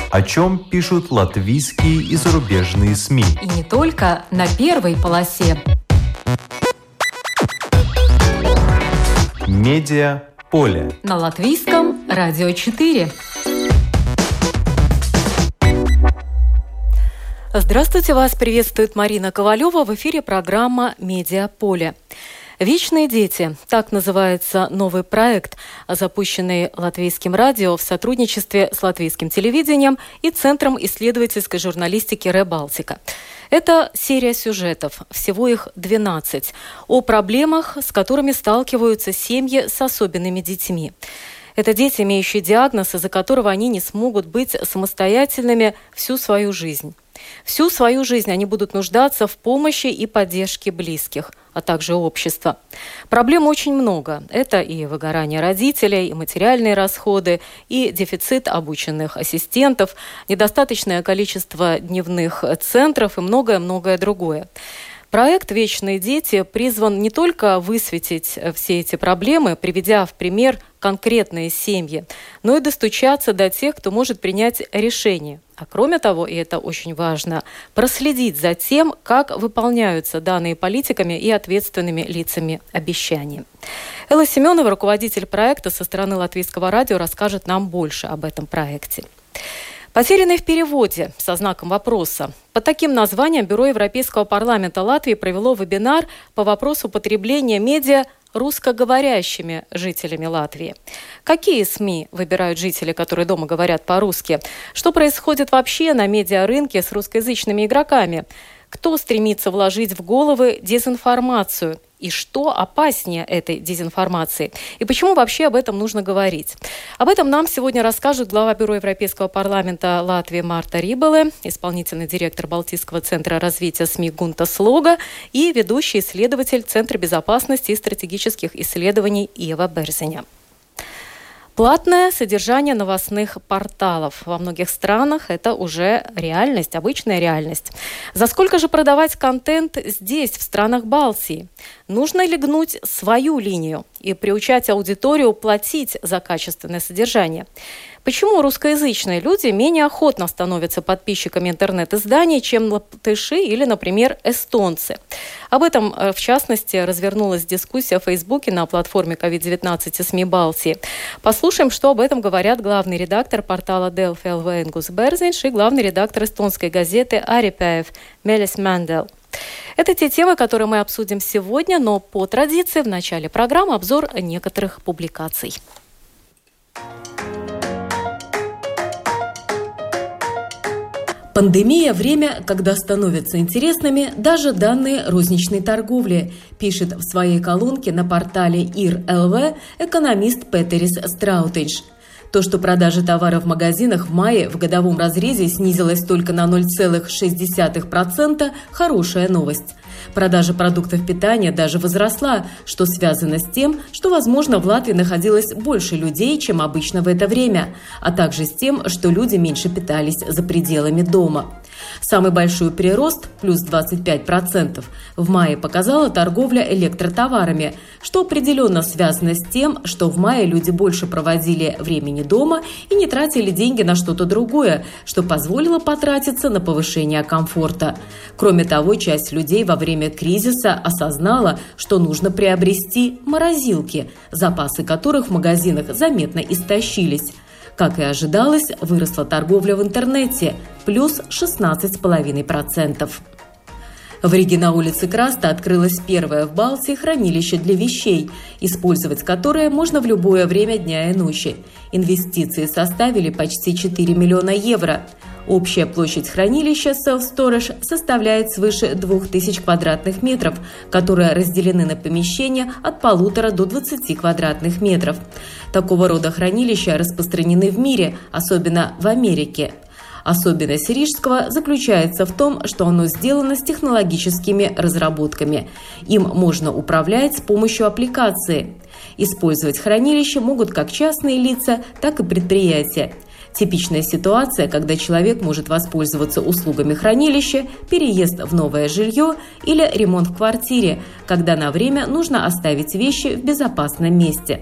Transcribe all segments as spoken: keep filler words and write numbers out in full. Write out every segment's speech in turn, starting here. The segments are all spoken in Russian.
О чем пишут латвийские и зарубежные СМИ. И не только на первой полосе. Медиаполе. На Латвийском радио четыре. Здравствуйте, вас приветствует Марина Ковалева. В эфире программа «Медиаполе». «Вечные дети» – так называется новый проект, запущенный Латвийским радио в сотрудничестве с Латвийским телевидением и Центром исследовательской журналистики «Ребалтика». Это серия сюжетов, всего их двенадцать, о проблемах, с которыми сталкиваются семьи с особенными детьми. Это дети, имеющие диагноз, из-за которого они не смогут быть самостоятельными всю свою жизнь. Всю свою жизнь они будут нуждаться в помощи и поддержке близких, а также общества. Проблем очень много. Это и выгорание родителей, и материальные расходы, и дефицит обученных ассистентов, недостаточное количество дневных центров и многое-многое другое. Проект «Вечные дети» призван не только высветить все эти проблемы, приведя в пример конкретные семьи, но и достучаться до тех, кто может принять решение. А кроме того, и это очень важно, проследить за тем, как выполняются данные политиками и ответственными лицами обещания. Элла Семенова, руководитель проекта со стороны Латвийского радио, расскажет нам больше об этом проекте. «Потерянный в переводе» со знаком вопроса. Под таким названием Бюро Европейского парламента Латвии провело вебинар по вопросу потребления медиа русскоговорящими жителями Латвии. Какие СМИ выбирают жители, которые дома говорят по-русски? Что происходит вообще на медиарынке с русскоязычными игроками? Кто стремится вложить в головы дезинформацию? И что опаснее этой дезинформации? И почему вообще об этом нужно говорить? Об этом нам сегодня расскажет глава Бюро Европейского парламента Латвии Марта Рибеле, исполнительный директор Балтийского центра развития СМИ Гунта Слога и ведущий исследователь Центра безопасности и стратегических исследований Ева Берзиня. Платное содержание новостных порталов. Во многих странах это уже реальность, обычная реальность. За сколько же продавать контент здесь, в странах Балтии? Нужно ли гнуть свою линию и приучать аудиторию платить за качественное содержание? Почему русскоязычные люди менее охотно становятся подписчиками интернет-изданий, чем латыши или, например, эстонцы? Об этом, в частности, развернулась дискуссия в Фейсбуке на платформе ковид девятнадцать и СМИ Балтии. Послушаем, что об этом говорят главный редактор портала Delfi эл ви Ингус Берзинш и главный редактор эстонской газеты Арипаев Мелис Мандел. Это те темы, которые мы обсудим сегодня, но по традиции в начале программы обзор некоторых публикаций. Пандемия – время, когда становятся интересными даже данные розничной торговли, пишет в своей колонке на портале ир точка эл ви экономист Петерис Страутидж. То, что продажа товаров в магазинах в мае в годовом разрезе снизилась только на ноль целых шесть десятых процента – хорошая новость. Продажа продуктов питания даже возросла, что связано с тем, что, возможно, в Латвии находилось больше людей, чем обычно в это время, а также с тем, что люди меньше питались за пределами дома. Самый большой прирост, плюс двадцать пять процентов, в мае показала торговля электротоварами, что определенно связано с тем, что в мае люди больше проводили времени дома и не тратили деньги на что-то другое, что позволило потратиться на повышение комфорта. Кроме того, часть людей во время кризиса осознала, что нужно приобрести морозилки, запасы которых в магазинах заметно истощились. Как и ожидалось, выросла торговля в интернете – плюс шестнадцать целых пять десятых процента. В Риге на улице Краста открылось первое в Балтии хранилище для вещей, использовать которое можно в любое время дня и ночи. Инвестиции составили почти четыре миллиона евро. Общая площадь хранилища Self-Storage составляет свыше двух тысяч квадратных метров, которые разделены на помещения от полутора до двадцати квадратных метров. Такого рода хранилища распространены в мире, особенно в Америке. Особенность рижского заключается в том, что оно сделано с технологическими разработками. Им можно управлять с помощью аппликации. Использовать хранилище могут как частные лица, так и предприятия. Типичная ситуация, когда человек может воспользоваться услугами хранилища, переезд в новое жилье или ремонт в квартире, когда на время нужно оставить вещи в безопасном месте.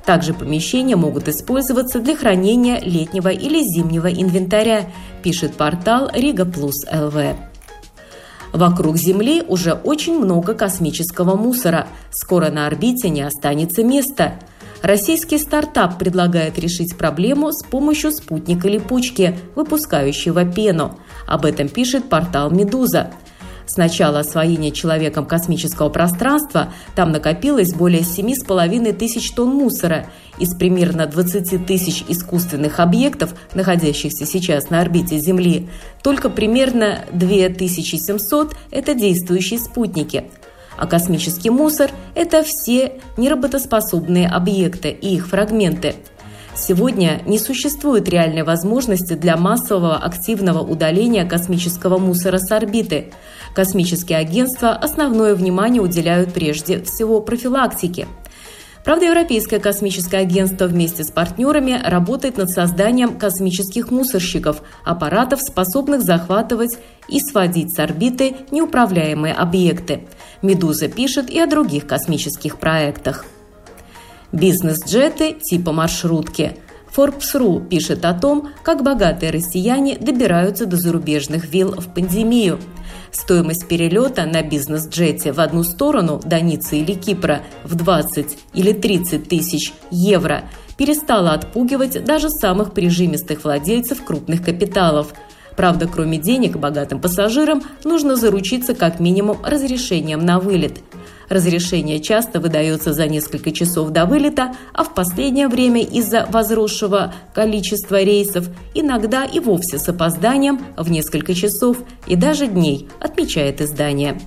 Также помещения могут использоваться для хранения летнего или зимнего инвентаря, пишет портал Рига Плюс точка эл ви. Вокруг Земли уже очень много космического мусора. Скоро на орбите не останется места. Российский стартап предлагает решить проблему с помощью спутника-липучки, выпускающего пену. Об этом пишет портал «Медуза». С начала освоения человеком космического пространства там накопилось более семь с половиной тысяч тонн мусора. Из примерно двадцать тысяч искусственных объектов, находящихся сейчас на орбите Земли, только примерно две тысячи семьсот – это действующие спутники. А космический мусор – это все неработоспособные объекты и их фрагменты. Сегодня не существует реальной возможности для массового активного удаления космического мусора с орбиты. Космические агентства основное внимание уделяют прежде всего профилактике. Правда, Европейское космическое агентство вместе с партнерами работает над созданием космических мусорщиков, аппаратов, способных захватывать и сводить с орбиты неуправляемые объекты. «Медуза» пишет и о других космических проектах. Бизнес-джеты типа маршрутки. Forbes точка ру пишет о том, как богатые россияне добираются до зарубежных вилл в пандемию. Стоимость перелета на бизнес-джете в одну сторону, до Ниццы или Кипра, в двадцать или тридцать тысяч евро перестала отпугивать даже самых прижимистых владельцев крупных капиталов. Правда, кроме денег богатым пассажирам нужно заручиться как минимум разрешением на вылет. Разрешение часто выдается за несколько часов до вылета, а в последнее время из-за возросшего количества рейсов иногда и вовсе с опозданием в несколько часов и даже дней, отмечает издание.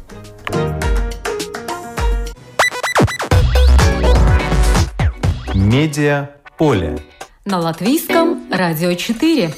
Медиа Поле. На Латвийском радио четыре.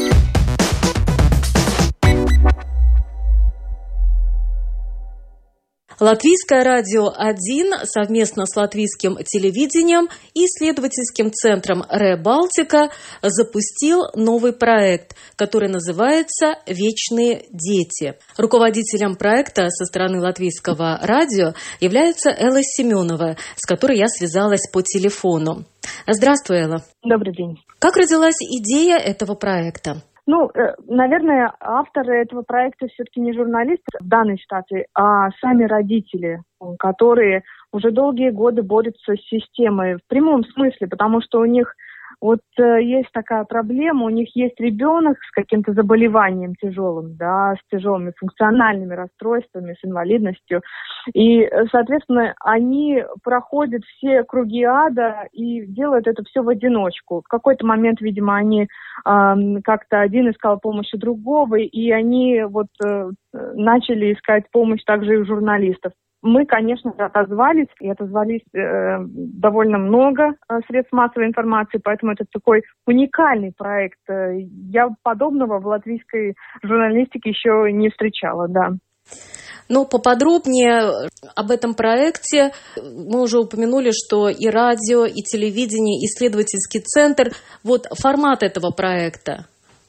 Латвийское радио один совместно с латвийским телевидением и исследовательским центром РЭ Балтика запустил новый проект, который называется «Вечные дети». Руководителем проекта со стороны латвийского радио является Элла Семенова, с которой я связалась по телефону. Здравствуй, Элла. Добрый день. Как родилась идея этого проекта? Ну, наверное, авторы этого проекта все-таки не журналисты в данной ситуации, а сами родители, которые уже долгие годы борются с системой в прямом смысле, потому что у них вот есть такая проблема, у них есть ребенок с каким-то заболеванием тяжелым, да, с тяжелыми функциональными расстройствами, с инвалидностью. И, соответственно, они проходят все круги ада и делают это все в одиночку. В какой-то момент, видимо, они э, как-то один искал помощь у другого, и они вот э, начали искать помощь также и у журналистов. Мы, конечно, отозвались, и отозвались э, довольно много э, средств массовой информации, поэтому это такой уникальный проект. Я подобного в латвийской журналистике еще не встречала, да. Ну, поподробнее об этом проекте. Мы уже упомянули, что и радио, и телевидение, и исследовательский центр. Вот формат этого проекта.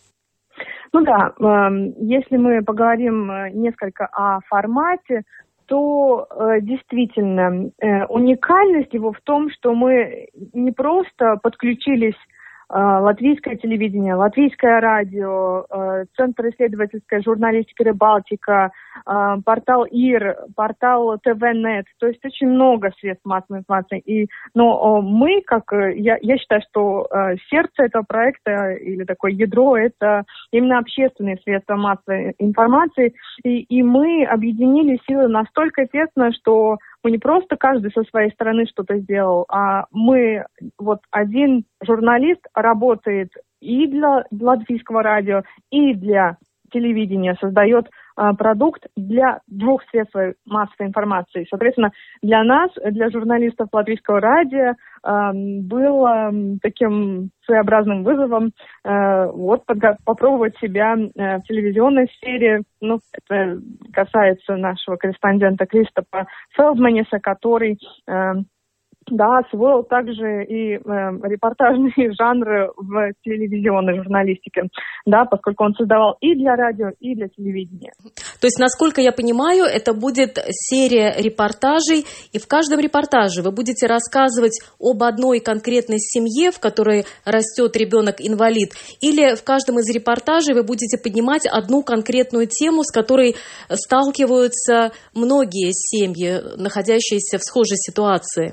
Ну да, э, если мы поговорим несколько о формате, то э, действительно э, уникальность его в том, что мы не просто подключились э, латвийское телевидение, латвийское радио, э, Центр исследовательской журналистики РЭ Балтика, э, портал ИР, портал ТВ точка нет, то есть очень много средств массовой информации. И, но э, мы, как э, я, я считаю, что э, сердце этого проекта или такое ядро, это именно общественные средства массовой информации, и, и мы объединили силы настолько тесно, что мы не просто каждый со своей стороны что-то сделал, а мы, вот один журналист работает и для латвийского радио, и для телевидения, создает а, продукт для двух средств массовой информации. Соответственно, для нас, для журналистов латвийского радио, а, было таким своеобразным вызовом а, вот, подго- попробовать себя а, в телевизионной сфере. Ну, это касается нашего корреспондента Кристофа Фелдманиса, который а, да, освоил также и э, репортажные жанры в телевизионной журналистике, да, поскольку он создавал и для радио, и для телевидения. То есть, насколько я понимаю, это будет серия репортажей, и в каждом репортаже вы будете рассказывать об одной конкретной семье, в которой растет ребенок-инвалид, или в каждом из репортажей вы будете поднимать одну конкретную тему, с которой сталкиваются многие семьи, находящиеся в схожей ситуации?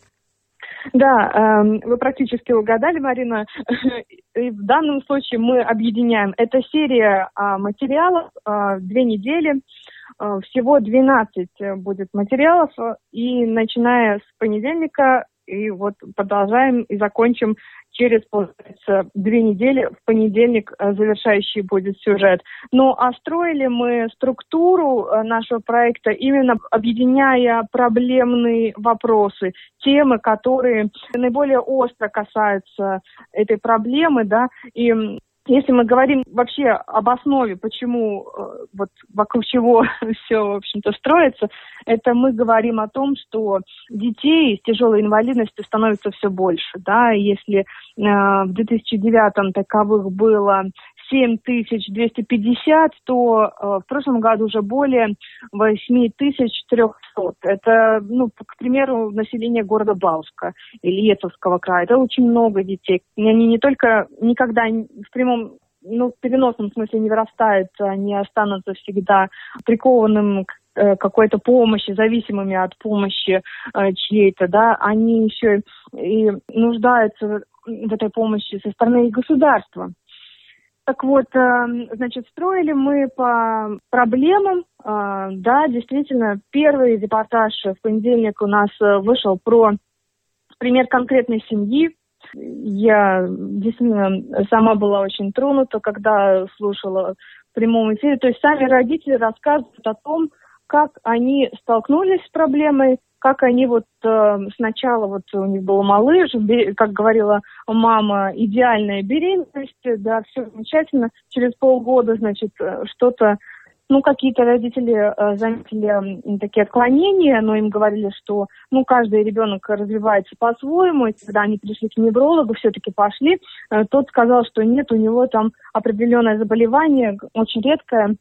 Да, вы практически угадали, Марина. И в данном случае мы объединяем. Это серия материалов, две недели, всего двенадцать будет материалов, и начиная с понедельника, и вот продолжаем и закончим через, получается, две недели, в понедельник завершающий будет сюжет. Ну, а строили мы структуру нашего проекта, именно объединяя проблемные вопросы, темы, которые наиболее остро касаются этой проблемы, да, и если мы говорим вообще об основе, почему, вот вокруг чего все, в общем-то, строится, это мы говорим о том, что детей с тяжелой инвалидностью становится все больше, да, если э, в две тысячи девятом таковых было семь тысяч двести пятьдесят, то э, в прошлом году уже более восемь тысяч триста. Это, ну, к примеру, население города Балтска или Ецовского края. Это очень много детей. Они не только никогда в прямом, ну, в переносном смысле не вырастают, они останутся всегда прикованным к какой-то помощи, зависимыми от помощи э, чьей-то, да, они еще и нуждаются в этой помощи со стороны государства. Так вот, значит, строили мы по проблемам. Да, действительно, первый репортаж в понедельник у нас вышел про пример конкретной семьи. Я действительно сама была очень тронута, когда слушала в прямом эфире. То есть сами родители рассказывают о том, как они столкнулись с проблемой, как они вот э, сначала вот у них был малыш, как говорила мама, идеальная беременность, да, все замечательно. Через полгода, значит, что-то, ну, какие-то родители э, заметили такие отклонения, но им говорили, что, ну, каждый ребенок развивается по-своему, и когда они пришли к неврологу, все-таки пошли, э, тот сказал, что нет, у него там определенное заболевание, очень редкое,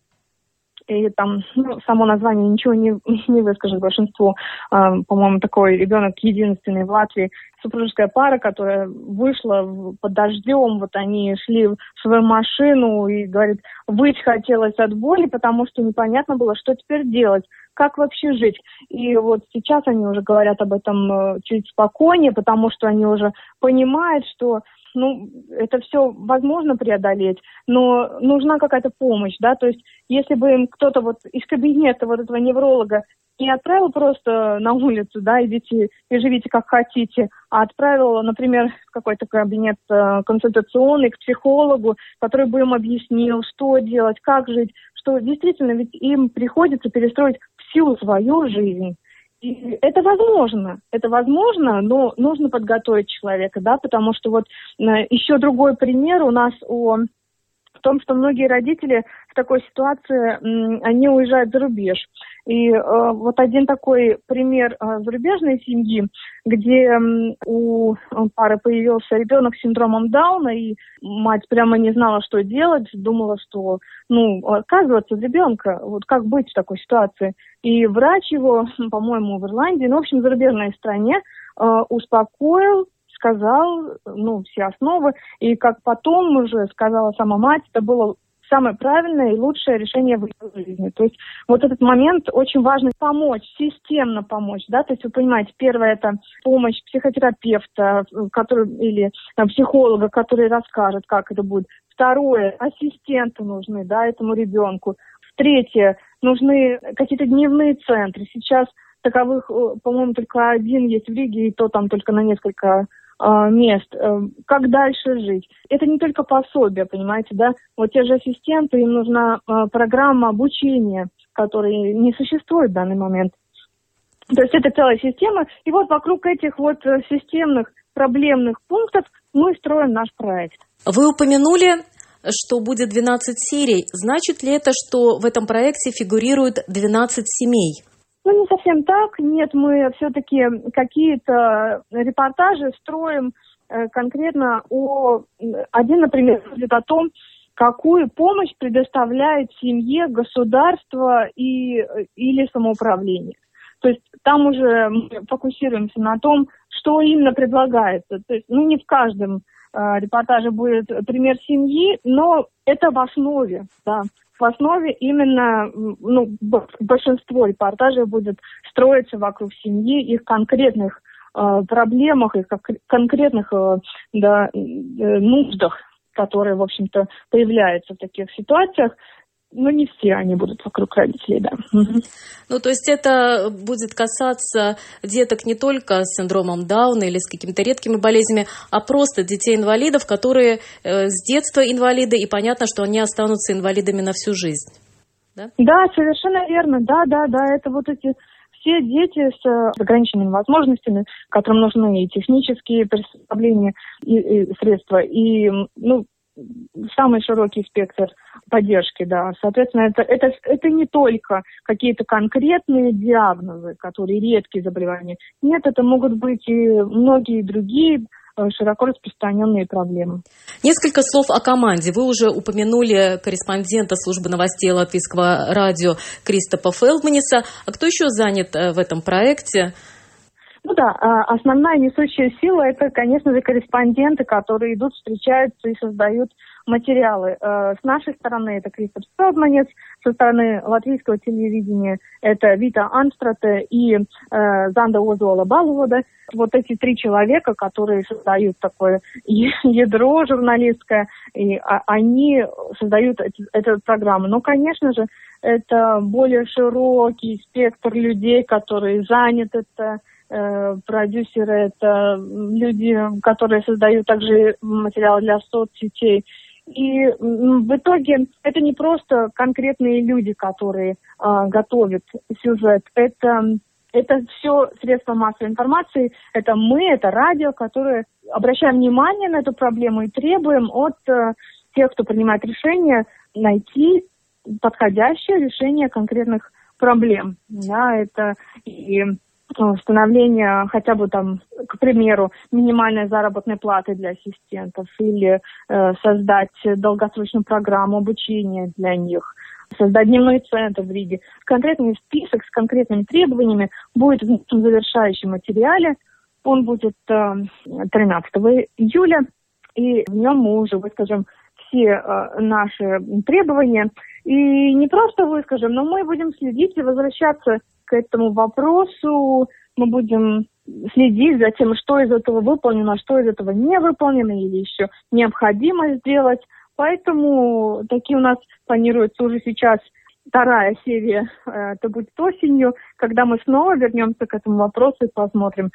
и там, ну, само название ничего не, не выскажет большинству. Э, по-моему, такой ребенок единственный в Латвии. Супружеская пара, которая вышла под дождем, вот они шли в свою машину и, говорит, выть хотелось от боли, потому что непонятно было, что теперь делать, как вообще жить. И вот сейчас они уже говорят об этом чуть спокойнее, потому что они уже понимают, что, ну, это все возможно преодолеть, но нужна какая-то помощь, да, то есть если бы им кто-то вот из кабинета вот этого невролога не отправил просто на улицу, да, идите и живите как хотите, а отправил, например, в какой-то кабинет консультационный к психологу, который бы им объяснил, что делать, как жить, что действительно ведь им приходится перестроить всю свою жизнь. И это возможно, это возможно, но нужно подготовить человека, да, потому что вот еще другой пример у нас о в том, что многие родители в такой ситуации, они уезжают за рубеж. И э, вот один такой пример э, зарубежной семьи, где э, у пары появился ребенок с синдромом Дауна, и мать прямо не знала, что делать, думала, что, ну, отказываться от ребенка, вот как быть в такой ситуации. И врач его, по-моему, в Ирландии, ну, в общем, в зарубежной стране, э, успокоил, сказал, ну, все основы, и как потом уже сказала сама мать, это было самое правильное и лучшее решение в ее жизни. То есть вот этот момент очень важно помочь, системно помочь, да, то есть вы понимаете, первое это помощь психотерапевта, который, или там, психолога, который расскажет, как это будет. Второе, ассистенты нужны, да, этому ребенку. Третье, нужны какие-то дневные центры. Сейчас таковых, по-моему, только один есть в Риге, и то там только на несколько мест, как дальше жить. Это не только пособие, понимаете, да? Вот те же ассистенты, им нужна программа обучения, которой не существует в данный момент. То есть это целая система. И вот вокруг этих вот системных проблемных пунктов мы строим наш проект. Вы упомянули, что будет двенадцать серий. Значит ли это, что в этом проекте фигурирует двенадцать семей? Ну, не совсем так. Нет, мы все-таки какие-то репортажи строим э, конкретно о... Один, например, будет о том, какую помощь предоставляет семье государство и, или самоуправление. То есть там уже мы фокусируемся на том, что именно предлагается. То есть, ну, не в каждом э, репортаже будет пример семьи, но это в основе, да. В основе именно, ну, большинство репортажей будет строиться вокруг семьи, их конкретных э, проблемах, их конкретных э, да, э, нуждах, которые, в общем-то, появляются в таких ситуациях. Но не все они будут вокруг родителей, да. Угу. Ну, то есть это будет касаться деток не только с синдромом Дауна или с какими-то редкими болезнями, а просто детей-инвалидов, которые э, с детства инвалиды, и понятно, что они останутся инвалидами на всю жизнь. Да, да, совершенно верно. Да, да, да. Это вот эти все дети с ограниченными возможностями, которым нужны и технические приспособления, и, и средства, и, ну, самый широкий спектр поддержки, да. Соответственно, это, это, это не только какие-то конкретные диагнозы, которые редкие заболевания. Нет, это могут быть и многие другие широко распространенные проблемы. Несколько слов о команде. Вы уже упомянули корреспондента службы новостей Латвийского радио Кристопа Фелдманиса. А кто еще занят в этом проекте? Ну да, основная несущая сила – это, конечно же, корреспонденты, которые идут, встречаются и создают материалы. С нашей стороны это Кристоф Фелдманис, со стороны латвийского телевидения это Вита Анстрате и Занда Озола Балвода. Вот эти три человека, которые создают такое ядро журналистское, и они создают эти, эту программу. Но, конечно же, это более широкий спектр людей, которые заняты это. Продюсеры – это люди, которые создают также материалы для соцсетей. И в итоге это не просто конкретные люди, которые а, готовят сюжет. Это, это все средства массовой информации. Это мы, это радио, которые обращаем внимание на эту проблему и требуем от а, тех, кто принимает решения, найти подходящее решение конкретных проблем. Да, это и установление хотя бы там, к примеру, минимальной заработной платы для ассистентов или э, создать долгосрочную программу обучения для них, создать дневной центр в Риге. Конкретный список с конкретными требованиями будет в завершающем материале. Он будет э, тринадцатого июля, и в нем мы уже выскажем все э, наши требования. И не просто выскажем, но мы будем следить и возвращаться к этому вопросу. Мы будем следить за тем, что из этого выполнено, что из этого не выполнено или еще необходимо сделать. Поэтому такие у нас планируется уже сейчас вторая серия. Это будет осенью, когда мы снова вернемся к этому вопросу и посмотрим,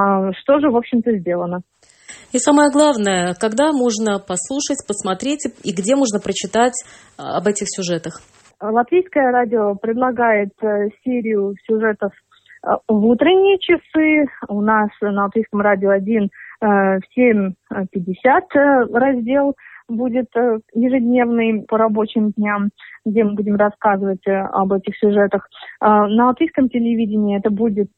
что же, в общем-то, сделано. И самое главное, когда можно послушать, посмотреть и где можно прочитать об этих сюжетах? Латвийское радио предлагает серию сюжетов в утренние часы. У нас на Латвийском радио один в семь пятьдесят раздел будет ежедневный по рабочим дням, где мы будем рассказывать об этих сюжетах. На латвийском телевидении это будет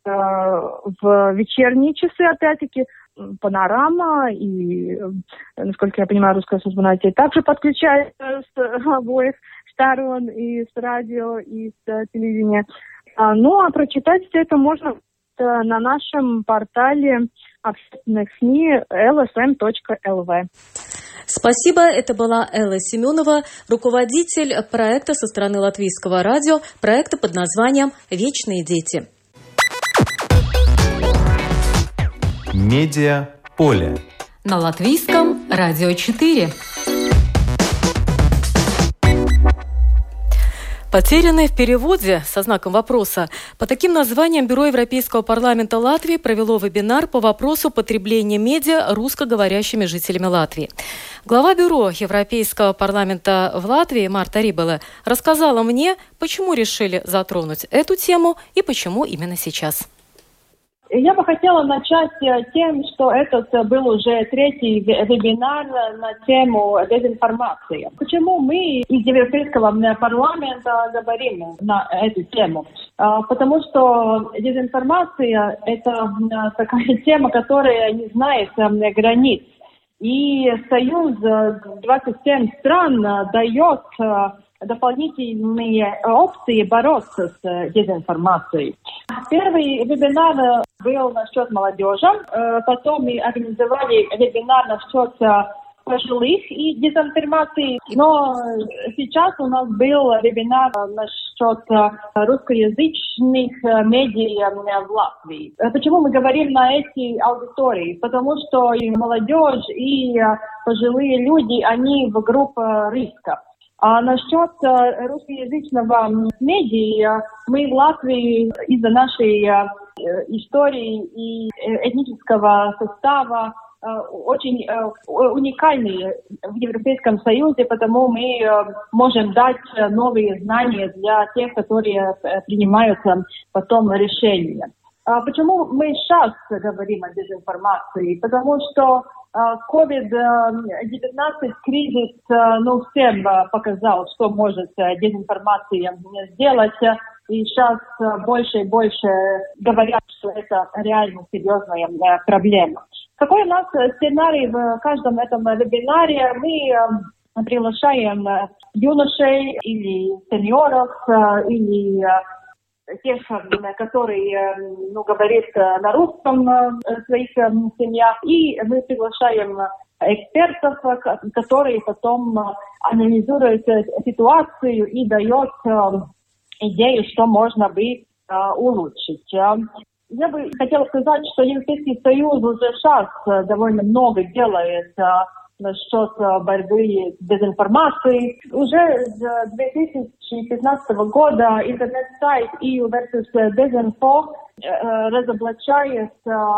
в вечерние часы, опять-таки, Панорама и, насколько я понимаю, Русская служба новостей также подключается с обоих сторон, и с радио, и с телевидения. Ну, а прочитать все это можно на нашем портале общественных СМИ эл эс эм точка эл ви. Спасибо. Это была Элла Семенова, руководитель проекта со стороны Латвийского радио, проекта под названием «Вечные дети». Медиа поле. На Латвийском радио четыре. «Потерянные в переводе» со знаком вопроса. По таким названиям Бюро Европейского парламента Латвии провело вебинар по вопросу потребления медиа русскоговорящими жителями Латвии. Глава Бюро Европейского парламента в Латвии Марта Рибеле рассказала мне, почему решили затронуть эту тему и почему именно сейчас. Я бы хотела начать тем, что этот был уже третий вебинар на тему дезинформации. Почему мы из Европейского парламента говорим на эту тему? Потому что дезинформация – это такая тема, которая не знает границ. И Союз двадцать семь стран дает дополнительные опции бороться с дезинформацией. Первый вебинар был насчет молодежи, потом мы организовали вебинар насчет пожилых и дезинформации, но сейчас у нас был вебинар насчет русскоязычных медиа в Латвии. Почему мы говорим на эти аудитории? Потому что и молодежь, и пожилые люди, они в группе риска. А насчет э, русскоязычного медиа, мы в Латвии из-за нашей э, истории и этнического состава э, очень э, уникальны в Европейском Союзе, потому мы э, можем дать новые знания для тех, которые э, принимают э, потом решения. А почему мы сейчас говорим о дезинформации? Потому что ковид девятнадцать кризис, ну, всем показал, что может дезинформация сделать. И сейчас больше и больше говорят, что это реально серьезная проблема. Какой у нас сценарий в каждом этом вебинаре? Мы приглашаем юношей или сеньоров, или тех, которые, ну, говорят на русском в своих семьях, и мы приглашаем экспертов, которые потом анализируют ситуацию и дают идею, что можно бы улучшить. Я бы хотела сказать, что Европейский Союз уже сейчас довольно много делает насчет борьбы с дезинформацией. Уже с две тысячи пятнадцатого года интернет-сайт и ю versus Dezinfo разоблачает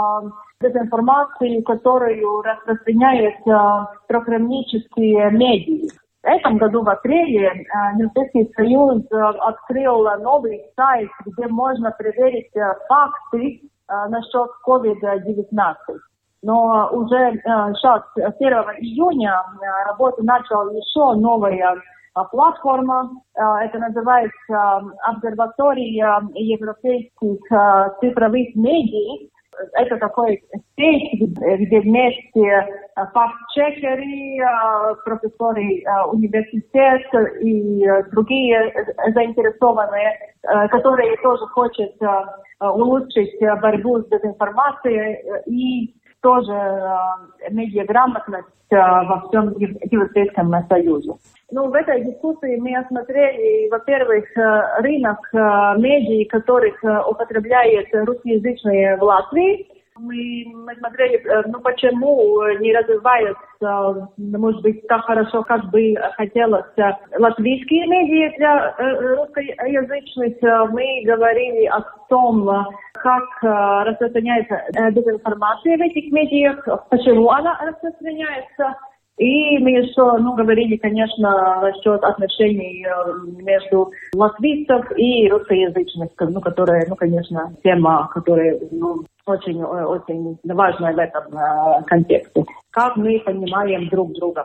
дезинформацию, которую распространяют прокремлевские медиа. В этом году в апреле Европейский Союз открыл новый сайт, где можно проверить факты насчет ковид девятнадцать. Но уже э, сейчас, первого июня, э, работу начала еще новая э, платформа. Э, это называется Обсерватория европейских э, цифровых медий. Это такой сеть, где вместе факт-чекеры, э, профессоры э, университета и э, другие заинтересованные, э, которые тоже хотят э, улучшить борьбу с дезинформацией и тоже э, медиаграмотность э, во всем Европейском Союзе. Ну, в этой дискуссии мы осмотрели, во-первых, э, рынок э, медиа, которых э, употребляют русскоязычные в Латвии. Мы, мы смотрели, э, ну, почему не развиваются, может быть, так хорошо, как бы хотелось, э, латвийские медиа для э, русскоязычных. Мы говорили о том, как э, распространяется э, дезинформация в этих медиах, почему она распространяется. И мы еще, ну, говорили, конечно, насчет отношений э, между латвийцев и русскоязычных, ну, которая, ну, конечно, тема, которая, ну, очень, очень важная в этом э, контексте. Как мы понимаем друг друга.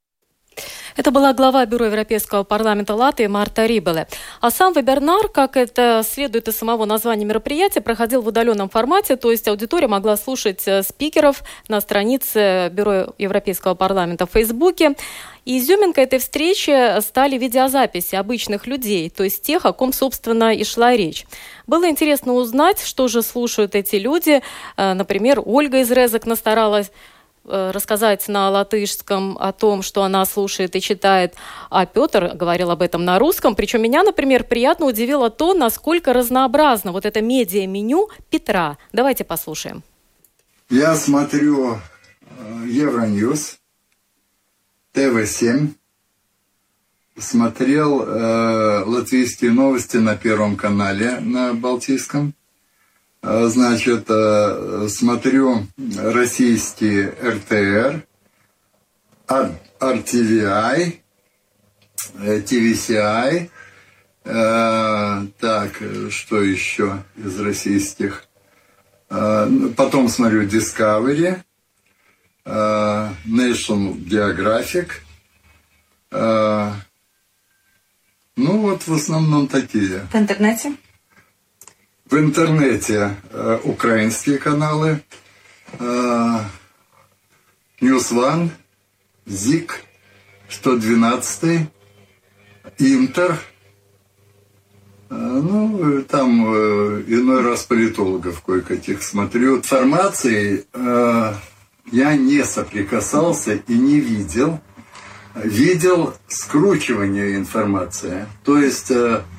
Это была глава Бюро Европейского парламента Латвии Марта Рибеле. А сам вебинар, как это следует из самого названия мероприятия, проходил в удаленном формате, то есть аудитория могла слушать спикеров на странице Бюро Европейского парламента в Фейсбуке. И изюминкой этой встречи стали видеозаписи обычных людей, то есть тех, о ком, собственно, и шла речь. Было интересно узнать, что же слушают эти люди. Например, Ольга из Резекна старалась рассказать на латышском о том, что она слушает и читает, а Петр говорил об этом на русском. Причем меня, например, приятно удивило то, насколько разнообразно вот это медиа-меню Петра. Давайте послушаем. Я смотрю Евроньюз, тэ вэ семь, смотрел э, латвийские новости на Первом канале на Балтийском. Значит, смотрю российский эр тэ эр, ар ти ви ай, ти ви си ай, так, что еще из российских? Потом смотрю Discovery, National Geographic. Ну вот в основном такие. В интернете? В интернете украинские каналы. News One, ЗИК, сто двенадцатый, Интер. Ну, там иной раз политологов кое-каких смотрю. Информацией я не соприкасался и не видел. Видел скручивание информации. То есть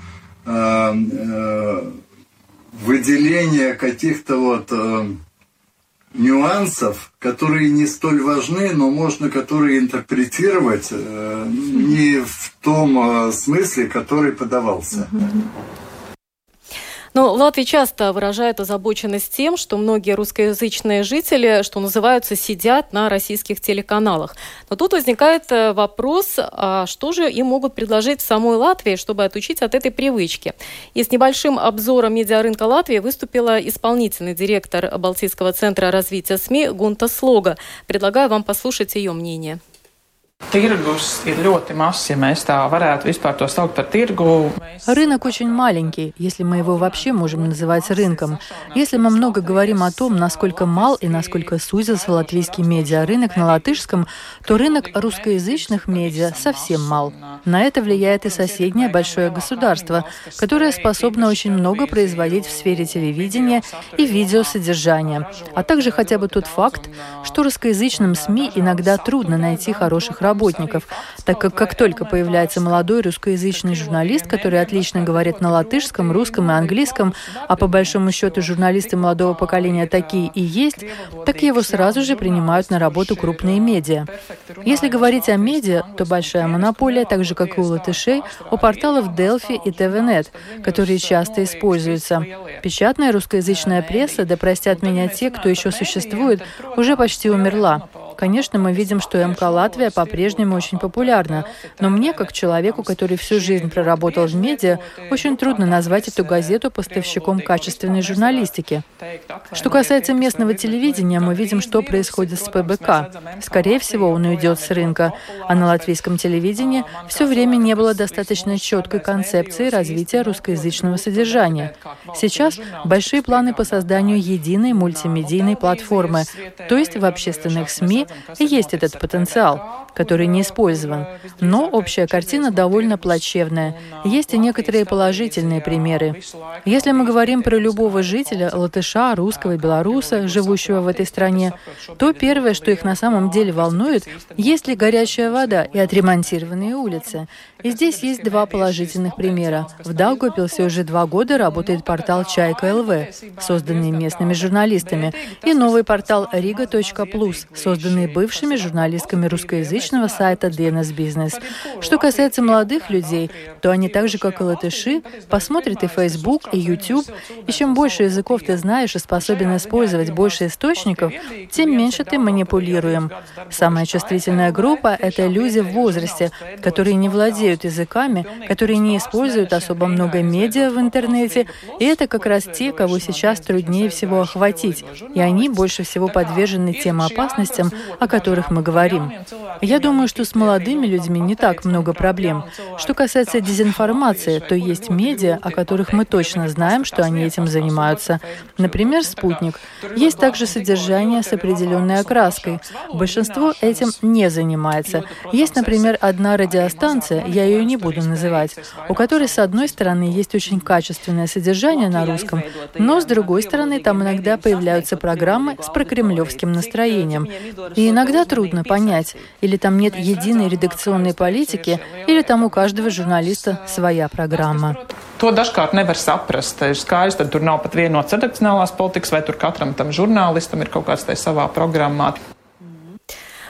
выделение каких-то вот нюансов, которые не столь важны, но можно которые интерпретировать э, не в том э, смысле, который подавался. Но в Латвии часто выражают озабоченность тем, что многие русскоязычные жители, что называется, сидят на российских телеканалах. Но тут возникает вопрос, а что же им могут предложить в самой Латвии, чтобы отучить от этой привычки? И с небольшим обзором медиарынка Латвии выступила исполнительный директор Балтийского центра развития СМИ Гунта Слога. Предлагаю вам послушать ее мнение. Рынок очень маленький, если мы его вообще можем называть рынком. Если мы много говорим о том, насколько мал и насколько сузился латвийский медиарынок на латышском, то рынок русскоязычных медиа совсем мал. На это влияет и соседнее большое государство, которое способно очень много производить в сфере телевидения и видеосодержания, а также хотя бы тот факт, что русскоязычным СМИ иногда трудно найти хороших работников, так как как только появляется молодой русскоязычный журналист, который отлично говорит на латышском, русском и английском, а по большому счету журналисты молодого поколения такие и есть, так его сразу же принимают на работу крупные медиа. Если говорить о медиа, то большая монополия, так же как и у латышей, у порталов Delfi и тэ вэ нет, которые часто используются. Печатная русскоязычная пресса, да простят меня те, кто еще существует, уже почти умерла. Конечно, мы видим, что эм ка Латвия по-прежнему очень популярна, но мне, как человеку, который всю жизнь проработал в медиа, очень трудно назвать эту газету поставщиком качественной журналистики. Что касается местного телевидения, мы видим, что происходит с пэ бэ ка. Скорее всего, он уйдет с рынка, а на латвийском телевидении все время не было достаточно четкой концепции развития русскоязычного содержания. Сейчас большие планы по созданию единой мультимедийной платформы, то есть в общественных СМИ есть этот потенциал, который не использован. Но общая картина довольно плачевная. Есть и некоторые положительные примеры. Если мы говорим про любого жителя, латыша, русского, белоруса, живущего в этой стране, то первое, что их на самом деле волнует, есть ли горячая вода и отремонтированные улицы. И здесь есть два положительных примера. В Даугавпилсе уже два года работает портал «Чайка эл вэ», созданный местными журналистами, и новый портал рига точка плюс, созданный бывшими журналистками русскоязычного сайта ди эн эс Business. Что касается молодых людей, то они так же, как и латыши, посмотрят и Facebook, и YouTube, и чем больше языков ты знаешь и способен использовать больше источников, тем меньше ты манипулируем. Самая чувствительная группа — это люди в возрасте, которые не владеют языками, которые не используют особо много медиа в интернете, и это как раз те, кого сейчас труднее всего охватить, и они больше всего подвержены тем опасностям, о которых мы говорим. Я думаю, что с молодыми людьми не так много проблем. Что касается дезинформации, то есть медиа, о которых мы точно знаем, что они этим занимаются. Например, «Спутник». Есть также содержание с определенной окраской. Большинство этим не занимается. Есть, например, одна радиостанция, я ее не буду называть, у которой, с одной стороны, есть очень качественное содержание на русском, но, с другой стороны, там иногда появляются программы с прокремлевским настроением. И иногда трудно понять, или там нет единой редакционной политики, или там у каждого журналиста своя программа. To dažkārt nevar saprast. Ir skaidrs, tad tur nav pat vienotas redakcionālās politikas, vai tur katram tam žurnālistam ir kaut kāds tai savā programmā.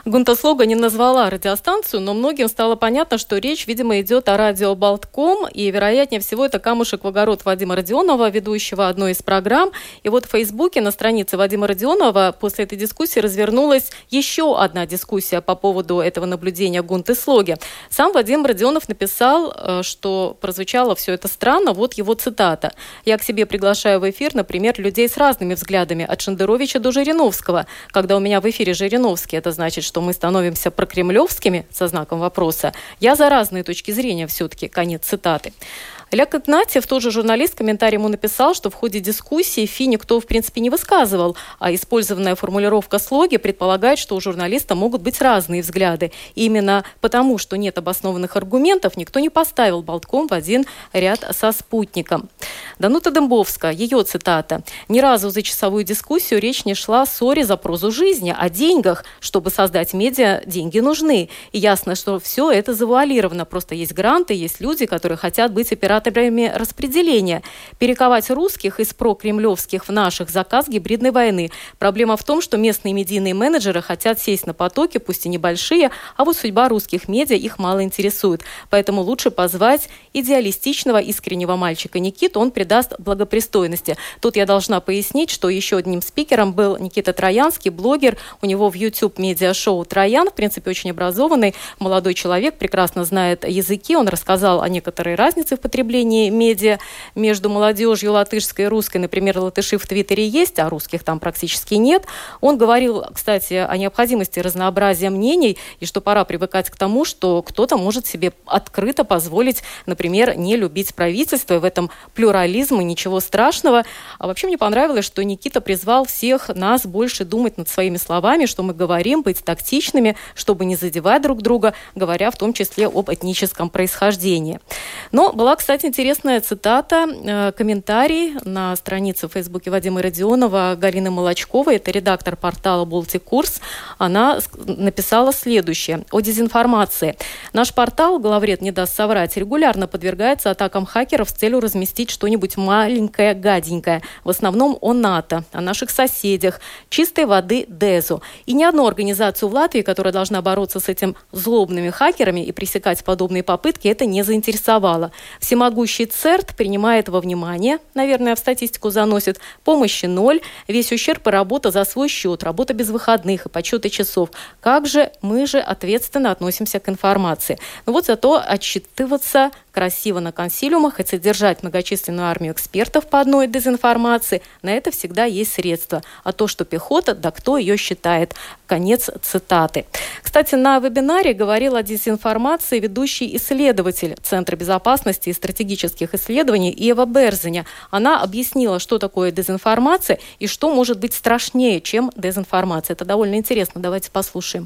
Гунта Слога не назвала радиостанцию, но многим стало понятно, что речь, видимо, идет о радио Болтком, и, вероятнее всего, это камушек в огород Вадима Родионова, ведущего одной из программ. И вот в Фейсбуке на странице Вадима Родионова после этой дискуссии развернулась еще одна дискуссия по поводу этого наблюдения Гунты Слоги. Сам Вадим Родионов написал, что прозвучало все это странно, вот его цитата. «Я к себе приглашаю в эфир, например, людей с разными взглядами, от Шендеровича до Жириновского. Когда у меня в эфире Жириновский, это значит, что мы становимся прокремлевскими, со знаком вопроса. Я за разные точки зрения все-таки». Конец цитаты. Олег Игнатьев, тоже журналист, в комментарии ему написал, что в ходе дискуссии ФИ никто, в принципе, не высказывал, а использованная формулировка Слоги предполагает, что у журналиста могут быть разные взгляды. И именно потому, что нет обоснованных аргументов, никто не поставил Болтком в один ряд со Спутником. Данута Дембовская, ее цитата. «Ни разу за часовую дискуссию речь не шла о ссоре за прозу жизни, о деньгах. Чтобы создать медиа, деньги нужны. И ясно, что все это завуалировано. Просто есть гранты, есть люди, которые хотят быть операторами распределения. Перековать русских из прокремлевских в наших заказ гибридной войны. Проблема в том, что местные медийные менеджеры хотят сесть на потоки, пусть и небольшие, а вот судьба русских медиа их мало интересует. Поэтому лучше позвать идеалистичного, искреннего мальчика Никиту, он придаст благопристойности». Тут я должна пояснить, что еще одним спикером был Никита Троянский, блогер. У него в YouTube медиашоу «Троян», в принципе, очень образованный молодой человек, прекрасно знает языки. Он рассказал о некоторой разнице в потреблении медиа между молодежью латышской и русской. Например, латыши в Твиттере есть, а русских там практически нет. Он говорил, кстати, о необходимости разнообразия мнений и что пора привыкать к тому, что кто-то может себе открыто позволить, например, не любить правительство. И в этом плюрализм и ничего страшного. А вообще мне понравилось, что Никита призвал всех нас больше думать над своими словами, что мы говорим, быть тактичными, чтобы не задевать друг друга, говоря в том числе об этническом происхождении. Но была, кстати, интересная цитата, э, комментарий на странице в Фейсбуке Вадима Родионова Галины Молочковой, это редактор портала «Болтикурс». Она написала следующее о дезинформации. «Наш портал, главред не даст соврать, регулярно подвергается атакам хакеров с целью разместить что-нибудь маленькое, гаденькое. В основном о НАТО, о наших соседях, чистой воды Дезу. И ни одну организацию в Латвии, которая должна бороться с этим злобными хакерами и пресекать подобные попытки, это не заинтересовало. Всемогущий ЦЕРТ принимает во внимание, наверное, в статистику заносит, помощи ноль, весь ущерб и работа за свой счет, работа без выходных и подсчеты часов. Как же мы же ответственно относимся к информации? Но вот зато отчитываться красиво на консилиумах и содержать многочисленную армию экспертов по одной дезинформации, на это всегда есть средства. А то, что пехота, да кто ее считает?» Конец цитаты. Кстати, на вебинаре говорил о дезинформации ведущий исследователь Центра безопасности и стратегических исследований Ева Берзиня. Она объяснила, что такое дезинформация и что может быть страшнее, чем дезинформация. Это довольно интересно. Давайте послушаем.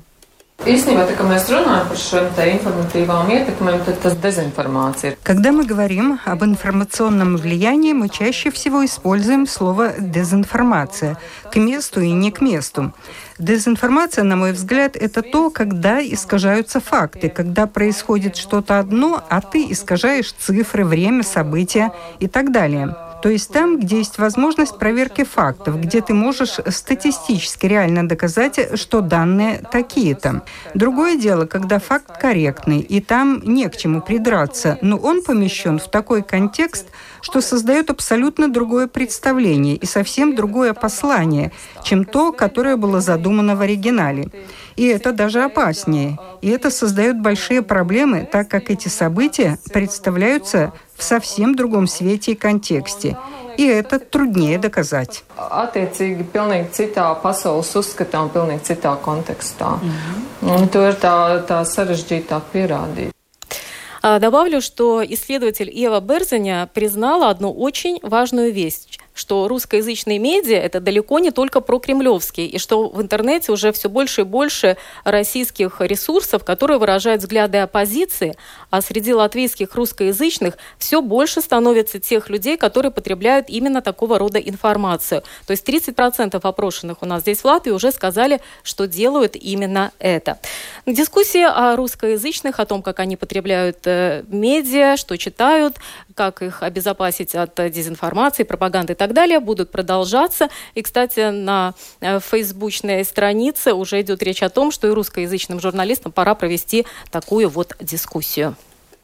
Когда мы говорим об информационном влиянии, мы чаще всего используем слово «дезинформация» к месту и не к месту. Дезинформация, на мой взгляд, это то, когда искажаются факты, когда происходит что-то одно, а ты искажаешь цифры, время, события и так далее. То есть там, где есть возможность проверки фактов, где ты можешь статистически реально доказать, что данные такие-то. Другое дело, когда факт корректный, и там не к чему придраться, но он помещен в такой контекст, что создает абсолютно другое представление и совсем другое послание, чем то, которое было задумано в оригинале. И это даже опаснее. И это создает большие проблемы, так как эти события представляются в совсем другом свете и контексте. И это труднее доказать. Attiecīgi pilnīgi citā pasaules uzskatā un pilnīgi citā kontekstā. Un to ir tā, tā sarežģītāk pierādīt. Добавлю, что исследователь Ева Берзиня признала одну очень важную вещь, что русскоязычные медиа – это далеко не только прокремлевские, и что в интернете уже все больше и больше российских ресурсов, которые выражают взгляды оппозиции, а среди латвийских русскоязычных все больше становится тех людей, которые потребляют именно такого рода информацию. То есть тридцать процентов опрошенных у нас здесь в Латвии уже сказали, что делают именно это. Дискуссии о русскоязычных, о том, как они потребляют э, медиа, что читают, как их обезопасить от дезинформации, пропаганды и так далее, будут продолжаться. И, кстати, на э, фейсбучной странице уже идет речь о том, что и русскоязычным журналистам пора провести такую вот дискуссию.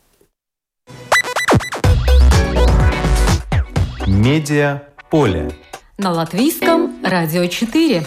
Медиа поле. На Латвийском радио четыре.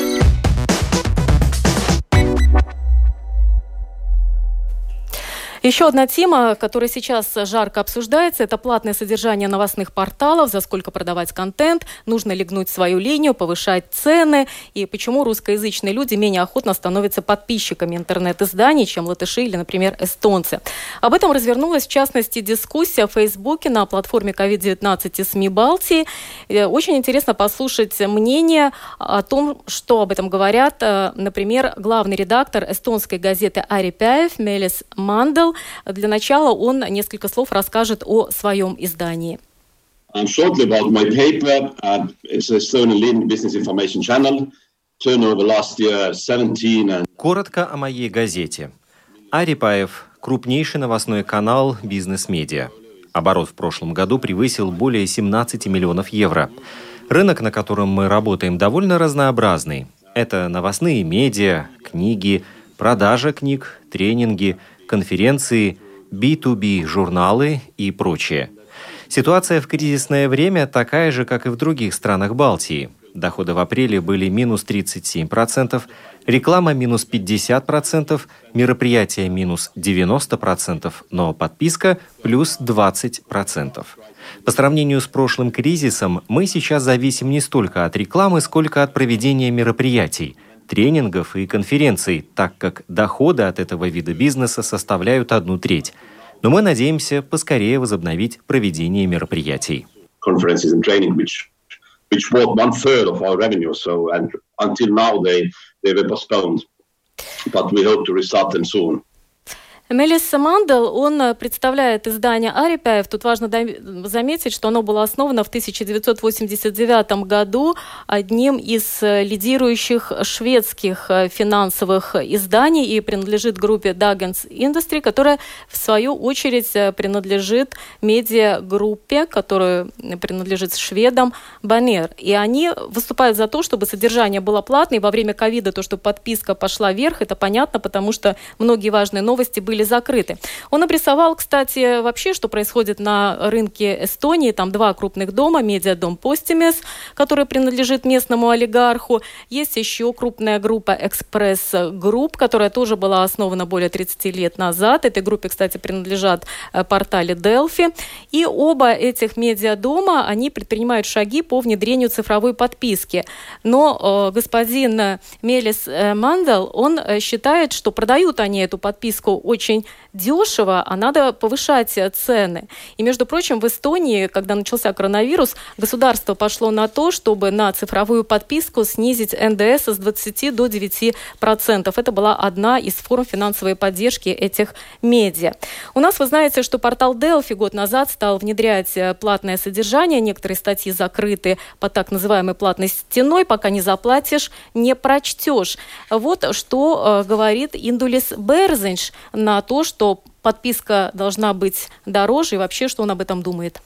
Еще одна тема, которая сейчас жарко обсуждается, это платное содержание новостных порталов, за сколько продавать контент, нужно ли гнуть свою линию, повышать цены, и почему русскоязычные люди менее охотно становятся подписчиками интернет-изданий, чем латыши или, например, эстонцы. Об этом развернулась, в частности, дискуссия в Фейсбуке на платформе ковид девятнадцать и СМИ Балтии. Очень интересно послушать мнение о том, что об этом говорят, например, главный редактор эстонской газеты Ари Пяев Мелис Мандел. Для начала он несколько слов расскажет о своем издании. Shortly about my paper. Uh, it's a Estonian leading business information channel. Turnover last year seventeen. And... Коротко о моей газете. Ари Пяев – крупнейший новостной канал «Бизнес-медиа». Оборот в прошлом году превысил более семнадцать миллионов евро. Рынок, на котором мы работаем, довольно разнообразный. Это новостные медиа, книги, продажа книг, тренинги, конференции, би ту би журналы и прочее. Ситуация в кризисное время такая же, как и в других странах Балтии. Доходы в апреле были минус тридцать семь процентов, реклама минус пятьдесят процентов, мероприятия минус девяносто процентов, но подписка плюс двадцать процентов. По сравнению с прошлым кризисом, мы сейчас зависим не столько от рекламы, сколько от проведения мероприятий, тренингов и конференций, так как доходы от этого вида бизнеса составляют одну треть. Но мы надеемся поскорее возобновить проведение мероприятий. Conferences and training, which which brought one third of our revenue, so and until now they they were postponed, but we hope to restart them soon. Мелис Мандел, он представляет издание Ари Пяев. Тут важно заметить, что оно было основано в тысяча девятьсот восемьдесят девятом году одним из лидирующих шведских финансовых изданий и принадлежит группе Dagens Industry, которая, в свою очередь, принадлежит медиагруппе, которая принадлежит шведам Bonnier. И они выступают за то, чтобы содержание было платное. И во время ковида то, что подписка пошла вверх, это понятно, потому что многие важные новости были были закрыты. Он обрисовал, кстати, вообще, что происходит на рынке Эстонии. Там два крупных дома. Медиадом Postimees, который принадлежит местному олигарху. Есть еще крупная группа Экспресс Групп, которая тоже была основана более тридцати лет назад. Этой группе, кстати, принадлежат портали Delfi. И оба этих медиадома, они предпринимают шаги по внедрению цифровой подписки. Но э, господин Мелис Мандел, он считает, что продают они эту подписку очень очень дешево, а надо повышать цены. И, между прочим, в Эстонии, когда начался коронавирус, государство пошло на то, чтобы на цифровую подписку снизить эн дэ эс с двадцати до девяти процентов. Это была одна из форм финансовой поддержки этих медиа. У нас, вы знаете, что портал Delfi год назад стал внедрять платное содержание. Некоторые статьи закрыты под так называемой платной стеной. Пока не заплатишь, не прочтешь. Вот что э, говорит Индулис Берзинш на то, что подписка должна быть дороже, и вообще, что он об этом думает.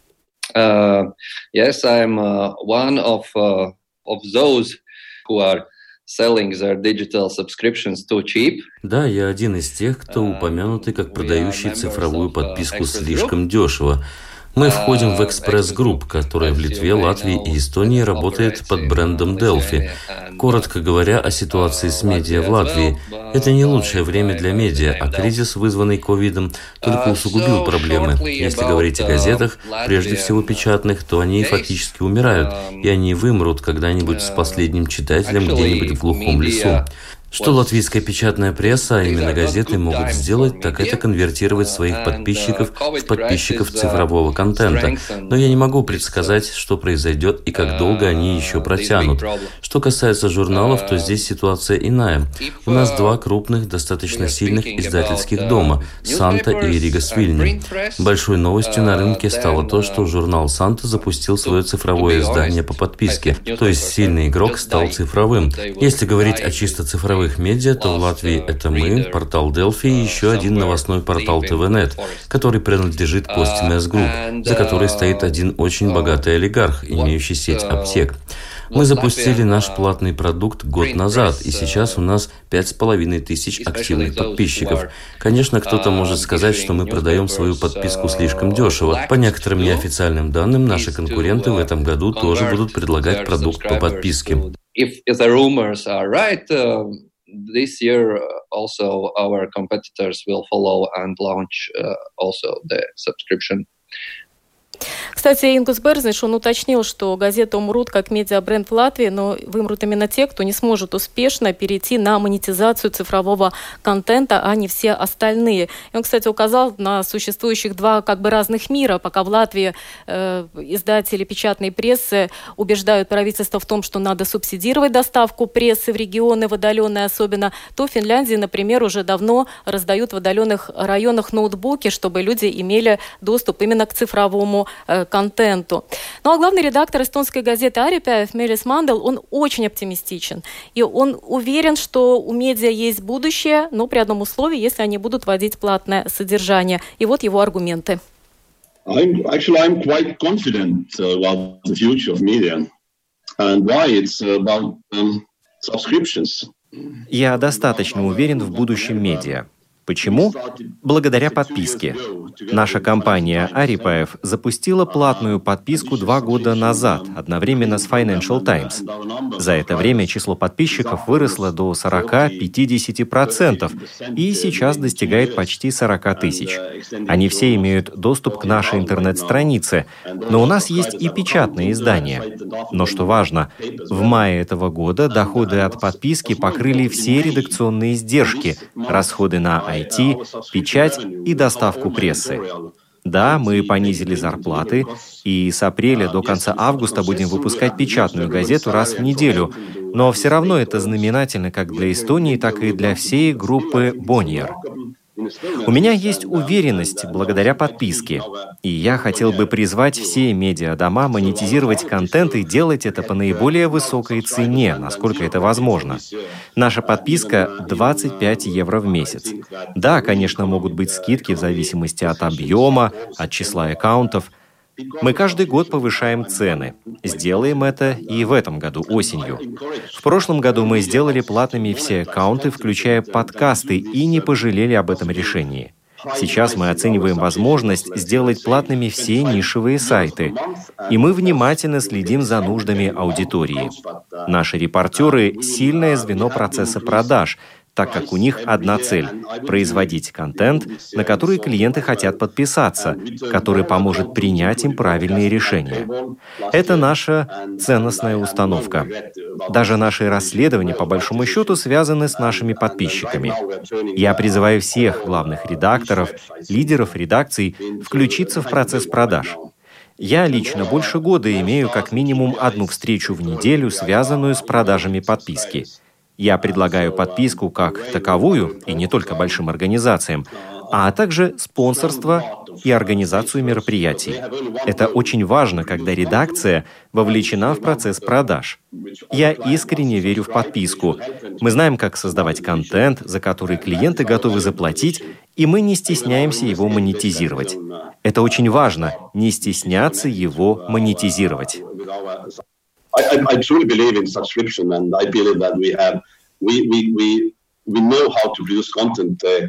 Uh, yes, I'm uh, one of uh, of those who are selling their digital subscriptions too cheap. Да, я один из тех, кто упомянутый как продающий цифровую подписку слишком дешево. Мы входим в Экспресс Групп, которая в Литве, Латвии и Эстонии работает под брендом Delfi. Коротко говоря о ситуации с медиа в Латвии. Это не лучшее время для медиа, а кризис, вызванный ковидом, только усугубил проблемы. Если говорить о газетах, прежде всего печатных, то они фактически умирают, и они вымрут когда-нибудь с последним читателем где-нибудь в глухом лесу. Что латвийская печатная пресса, а именно газеты, могут сделать, так это конвертировать своих подписчиков в подписчиков цифрового контента. Но я не могу предсказать, что произойдет и как долго они еще протянут. Что касается журналов, то здесь ситуация иная. У нас два крупных, достаточно сильных издательских дома – Санта и Ригас Вильни. Большой новостью на рынке стало то, что журнал Санта запустил свое цифровое издание по подписке, то есть сильный игрок стал цифровым. Если говорить о чисто цифровых цифровых медиа, то в Латвии это мы, портал Delphi и еще один новостной портал ти ви нет, который принадлежит Costumers Group, за которой стоит один очень богатый олигарх, имеющий сеть аптек. Мы запустили наш платный продукт год назад, и сейчас у нас пять с половиной тысяч активных подписчиков. Конечно, кто-то может сказать, что мы продаем свою подписку слишком дешево. По некоторым неофициальным данным, наши конкуренты в этом году тоже будут предлагать продукт по подписке. This year also our competitors will follow and launch uh, also the subscription. Кстати, Ингус Берзинш, он уточнил, что газеты умрут как медиабренд в Латвии, но вымрут именно те, кто не сможет успешно перейти на монетизацию цифрового контента, а не все остальные. И он, кстати, указал на существующих два как бы разных мира. Пока в Латвии э, издатели печатной прессы убеждают правительство в том, что надо субсидировать доставку прессы в регионы, в отдаленные особенно, то в Финляндии, например, уже давно раздают в отдаленных районах ноутбуки, чтобы люди имели доступ именно к цифровому э, контенту. Ну а главный редактор эстонской газеты Арипаев Мелис Мандел, он очень оптимистичен. И он уверен, что у медиа есть будущее, но при одном условии, если они будут вводить платное содержание. И вот его аргументы. I'm, actually, I'm quite confident about the future of media. And why it's about um, subscriptions. Я достаточно уверен в будущем медиа. Почему? Благодаря подписке. Наша компания Арипаев запустила платную подписку два года назад, одновременно с Financial Times. За это время число подписчиков выросло до сорок-пятьдесят процентов и сейчас достигает почти сорок тысяч. Они все имеют доступ к нашей интернет-странице, но у нас есть и печатные издания. Но что важно, в мае этого года доходы от подписки покрыли все редакционные издержки, расходы на ай ти, печать и доставку прессы. Да, мы понизили зарплаты, и с апреля до конца августа будем выпускать печатную газету раз в неделю, но все равно это знаменательно как для Эстонии, так и для всей группы Bonnier. У меня есть уверенность благодаря подписке, и я хотел бы призвать все медиадома монетизировать контент и делать это по наиболее высокой цене, насколько это возможно. Наша подписка двадцать пять евро в месяц. Да, конечно, могут быть скидки в зависимости от объема, от числа аккаунтов. Мы каждый год повышаем цены. Сделаем это и в этом году, осенью. В прошлом году мы сделали платными все аккаунты, включая подкасты, и не пожалели об этом решении. Сейчас мы оцениваем возможность сделать платными все нишевые сайты, и мы внимательно следим за нуждами аудитории. Наши репортеры – сильное звено процесса продаж, так как у них одна цель – производить контент, на который клиенты хотят подписаться, который поможет принять им правильные решения. Это наша ценностная установка. Даже наши расследования, по большому счету, связаны с нашими подписчиками. Я призываю всех главных редакторов, лидеров редакций включиться в процесс продаж. Я лично больше года имею как минимум одну встречу в неделю, связанную с продажами подписки. Я предлагаю подписку как таковую, и не только большим организациям, а также спонсорство и организацию мероприятий. Это очень важно, когда редакция вовлечена в процесс продаж. Я искренне верю в подписку. Мы знаем, как создавать контент, за который клиенты готовы заплатить, и мы не стесняемся его монетизировать. Это очень важно, не стесняться его монетизировать. I, I, I truly believe in subscription, and I believe that we have we we we, we know how to produce content uh,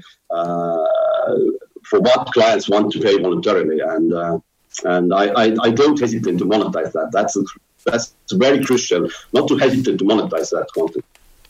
uh, for what clients want to pay voluntarily, and uh, and I, I, I don't hesitate to monetize that. That's that's very crucial. Not to hesitate to monetize that content.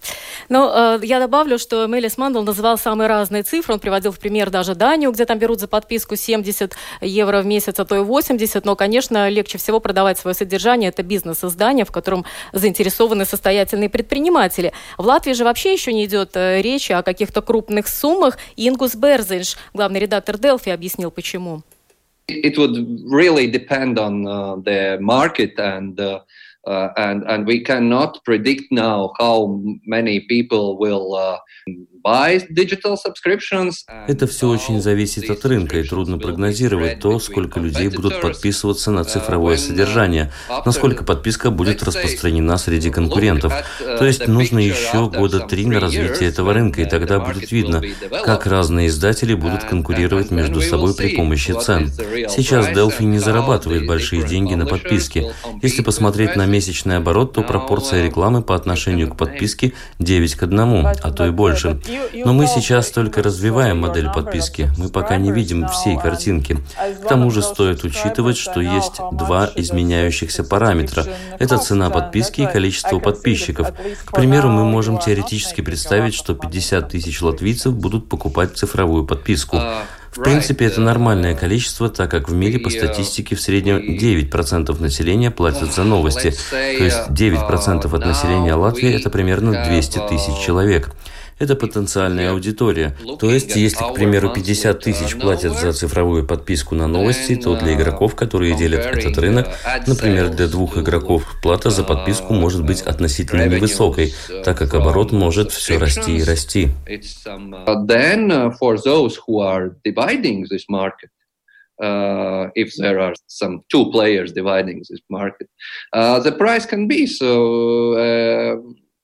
Но э, я добавлю, что Мелис Мандел называл самые разные цифры. Он приводил в пример даже Данию, где там берут за подписку семьдесят евро в месяц, а то и восемьдесят. Но, конечно, легче всего продавать свое содержание. Это бизнес-издание, в котором заинтересованы состоятельные предприниматели. В Латвии же вообще еще не идет э, речи о каких-то крупных суммах. Ингус Берзинш, главный редактор Delphi, объяснил, почему. It would really depend on uh, the market and uh, Uh, and, and we cannot predict now how many people will uh, buy digital subscriptions. Это все очень зависит от рынка, и трудно прогнозировать то, сколько людей будут подписываться на цифровое содержание, насколько подписка будет распространена среди конкурентов. То есть нужно еще года три на развитие этого рынка, и тогда будет видно, как разные издатели будут конкурировать между собой при помощи цен. Сейчас Delphi не зарабатывает большие деньги на подписке. Если посмотреть на месячный оборот, то пропорция рекламы по отношению к подписке девять к одному, а то и больше. Но мы сейчас только развиваем модель подписки. Мы пока не видим всей картинки. К тому же стоит учитывать, что есть два изменяющихся параметра. Это цена подписки и количество подписчиков. К примеру, мы можем теоретически представить, что пятьдесят тысяч латвийцев будут покупать цифровую подписку. В принципе, это нормальное количество, так как в мире по статистике в среднем девять процентов населения платят за новости. То есть девять процентов от населения Латвии – это примерно двести тысяч человек. Это потенциальная аудитория. То есть, если, к примеру, пятьдесят тысяч платят за цифровую подписку на новости, то для игроков, которые делят этот рынок, например, для двух игроков, плата за подписку может быть относительно невысокой, так как оборот может все расти и расти. Uh, if there are some two players dividing this market, uh, the price can be so uh,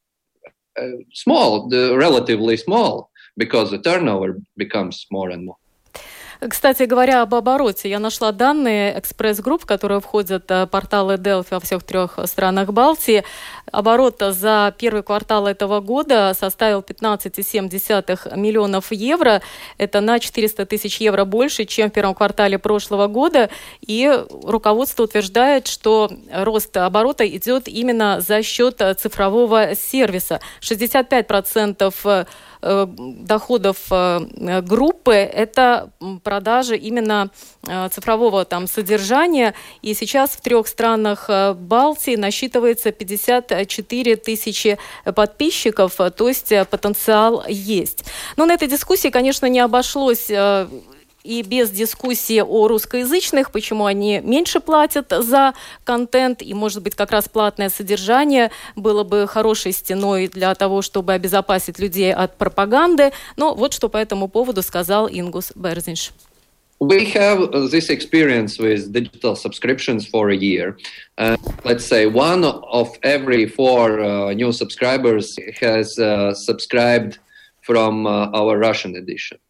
uh, small, the relatively small, because the turnover becomes more and more. Кстати говоря, об обороте. Я нашла данные экспресс-групп, в которые входят порталы Delphi во всех трех странах Балтии. Оборот за первый квартал этого года составил пятнадцать целых семь десятых миллионов евро. Это на четыреста тысяч евро больше, чем в первом квартале прошлого года. И руководство утверждает, что рост оборота идет именно за счет цифрового сервиса. шестьдесят пять процентов доходов группы – это продажи именно цифрового там содержания. И сейчас в трех странах Балтии насчитывается пятьдесят четыре тысячи подписчиков, то есть потенциал есть. Но на этой дискуссии, конечно, не обошлось и без дискуссии о русскоязычных, почему они меньше платят за контент, и, может быть, как раз платное содержание было бы хорошей стеной для того, чтобы обезопасить людей от пропаганды. Но вот что по этому поводу сказал Ингус Берзинш. We have this experience with digital subscriptions for a year. Uh, let's say one of every four uh, new subscribers has uh, subscribed from uh, our Russian edition.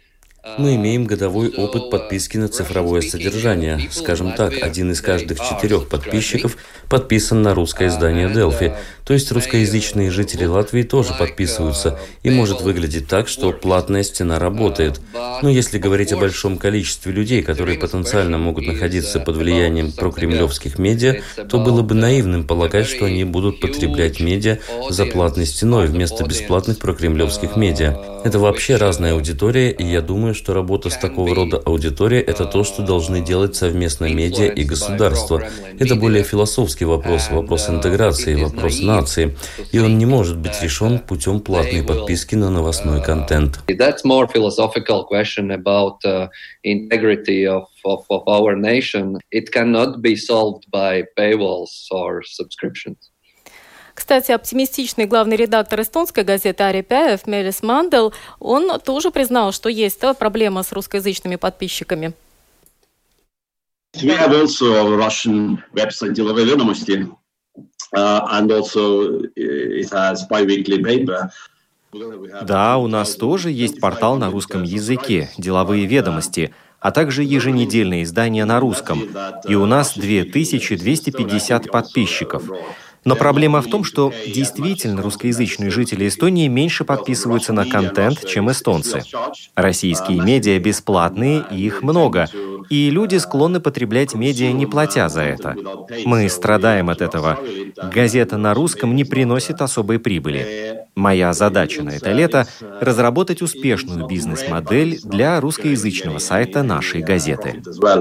Мы имеем годовой опыт подписки на цифровое содержание. Скажем так, один из каждых четырех подписчиков подписан на русское издание Delphi. То есть русскоязычные жители Латвии тоже подписываются. И может выглядеть так, что платная стена работает. Но если говорить о большом количестве людей, которые потенциально могут находиться под влиянием прокремлевских медиа, то было бы наивным полагать, что они будут потреблять медиа за платной стеной вместо бесплатных прокремлевских медиа. Это вообще разная аудитория, и я думаю, что работа с такого рода аудиторией – это то, что должны делать совместно медиа и государство. Это более философский вопрос, вопрос интеграции, вопрос нации. И он не может быть решен путем платной подписки на новостной контент. Кстати, оптимистичный главный редактор эстонской газеты Ари Пяев Мелис Мандел, он тоже признал, что есть проблема с русскоязычными подписчиками. We have also a Russian website Деловые ведомости, uh, and also it has bi-weekly paper. Да, у нас тоже есть портал на русском языке «Деловые ведомости», а также еженедельное издание на русском. И у нас две тысячи двести пятьдесят подписчиков. Но проблема в том, что действительно русскоязычные жители Эстонии меньше подписываются на контент, чем эстонцы. Российские медиа бесплатные, и их много. И люди склонны потреблять медиа, не платя за это. Мы страдаем от этого. Газета на русском не приносит особой прибыли. Моя задача на это лето – разработать успешную бизнес-модель для русскоязычного сайта нашей газеты.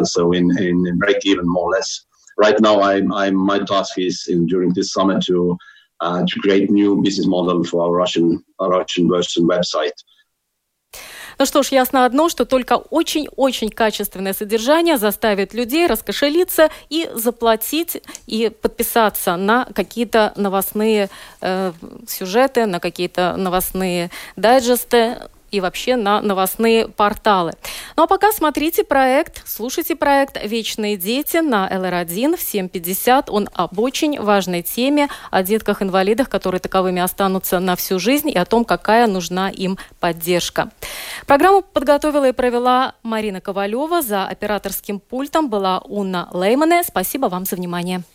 Right now, I'm, I'm, my task is in, during this summer to uh, to create new business model for our Russian, our Russian version website. Ну что ж, ясно одно, что только очень-очень качественное содержание заставит людей раскошелиться и заплатить, и подписаться на какие-то новостные э, сюжеты, на какие-то новостные дайджесты и вообще на новостные порталы. Ну а пока смотрите проект, слушайте проект «Вечные дети» на эл эр один в семь пятьдесят. Он об очень важной теме, о детках-инвалидах, которые таковыми останутся на всю жизнь, и о том, какая нужна им поддержка. Программу подготовила и провела Марина Ковалева. За операторским пультом была Унна Леймане. Спасибо вам за внимание.